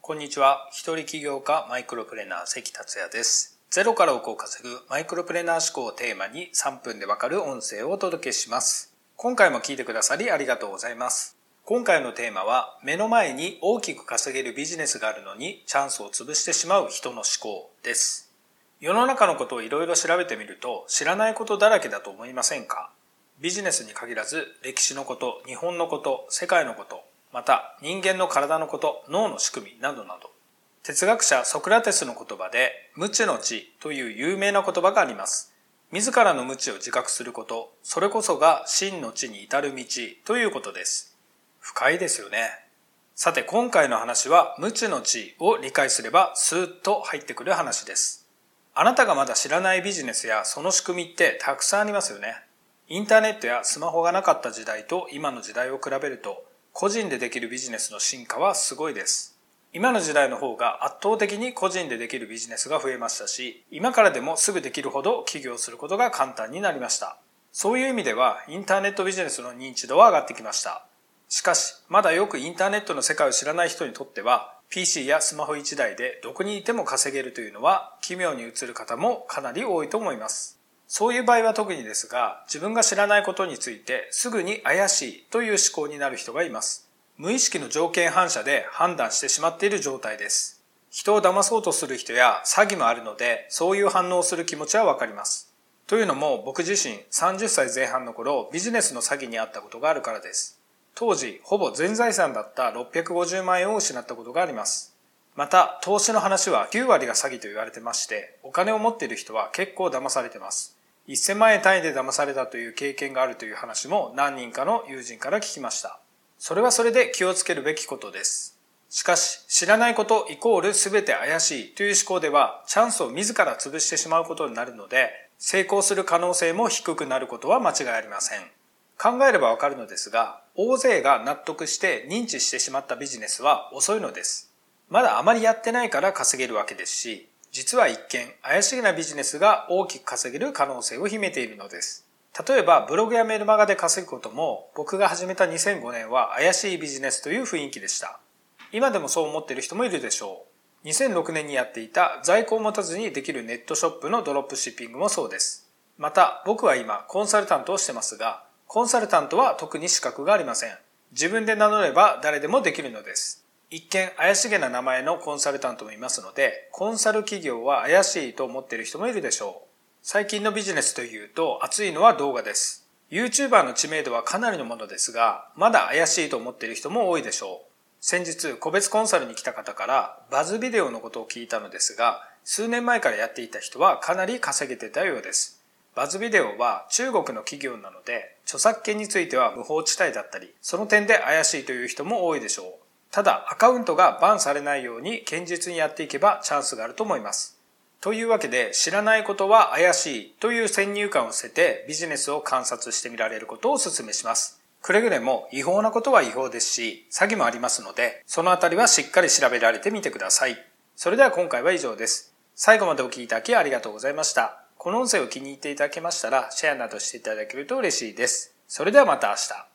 こんにちは。一人起業家マイクロプレーナー関達也です。ゼロから億を稼ぐマイクロプレーナー思考をテーマに3分でわかる音声をお届けします。今回も聞いてくださりありがとうございます。今回のテーマは、目の前に大きく稼げるビジネスがあるのにチャンスを潰してしまう人の思考です。世の中のことをいろいろ調べてみると、知らないことだらけだと思いませんか？ビジネスに限らず、歴史のこと、日本のこと、世界のこと、また人間の体のこと、脳の仕組みなどなど。哲学者ソクラテスの言葉で無知の知という有名な言葉があります。自らの無知を自覚すること、それこそが真の知に至る道ということです。深いですよね。さて今回の話は無知の知を理解すればスーッと入ってくる話です。あなたがまだ知らないビジネスやその仕組みってたくさんありますよね。インターネットやスマホがなかった時代と今の時代を比べると個人でできるビジネスの進化はすごいです。今の時代の方が圧倒的に個人でできるビジネスが増えましたし、今からでもすぐできるほど起業することが簡単になりました。そういう意味ではインターネットビジネスの認知度は上がってきました。しかし、まだよくインターネットの世界を知らない人にとっては、PC やスマホ1台でどこにいても稼げるというのは奇妙に映る方もかなり多いと思います。そういう場合は特にですが、自分が知らないことについてすぐに怪しいという思考になる人がいます。無意識の条件反射で判断してしまっている状態です。人を騙そうとする人や詐欺もあるので、そういう反応をする気持ちはわかります。というのも僕自身30歳前半の頃ビジネスの詐欺に遭ったことがあるからです。当時ほぼ全財産だった650万円を失ったことがあります。また投資の話は9割が詐欺と言われてまして、お金を持っている人は結構騙されてます。1000万円単位で騙されたという経験があるという話も何人かの友人から聞きました。それはそれで気をつけるべきことです。しかし、知らないことイコール全て怪しいという思考では、チャンスを自ら潰してしまうことになるので、成功する可能性も低くなることは間違いありません。考えればわかるのですが、大勢が納得して認知してしまったビジネスは遅いのです。まだあまりやってないから稼げるわけですし、実は一見怪しげなビジネスが大きく稼げる可能性を秘めているのです。例えばブログやメルマガで稼ぐことも、僕が始めた2005年は怪しいビジネスという雰囲気でした。今でもそう思っている人もいるでしょう。2006年にやっていた在庫を持たずにできるネットショップのドロップシッピングもそうです。また僕は今コンサルタントをしてますが、コンサルタントは特に資格がありません。自分で名乗れば誰でもできるのです。一見怪しげな名前のコンサルタントもいますので、コンサル企業は怪しいと思っている人もいるでしょう。最近のビジネスというと熱いのは動画です。YouTuber の知名度はかなりのものですが、まだ怪しいと思っている人も多いでしょう。先日個別コンサルに来た方からバズビデオのことを聞いたのですが、数年前からやっていた人はかなり稼げてたようです。バズビデオは中国の企業なので、著作権については無法地帯だったり、その点で怪しいという人も多いでしょう。ただアカウントがバンされないように堅実にやっていけばチャンスがあると思います。というわけで、知らないことは怪しいという先入観を捨ててビジネスを観察してみられることをお勧めします。くれぐれも違法なことは違法ですし、詐欺もありますので、そのあたりはしっかり調べられてみてください。それでは今回は以上です。最後までお聞きいただきありがとうございました。この音声を気に入っていただけましたら、シェアなどしていただけると嬉しいです。それではまた明日。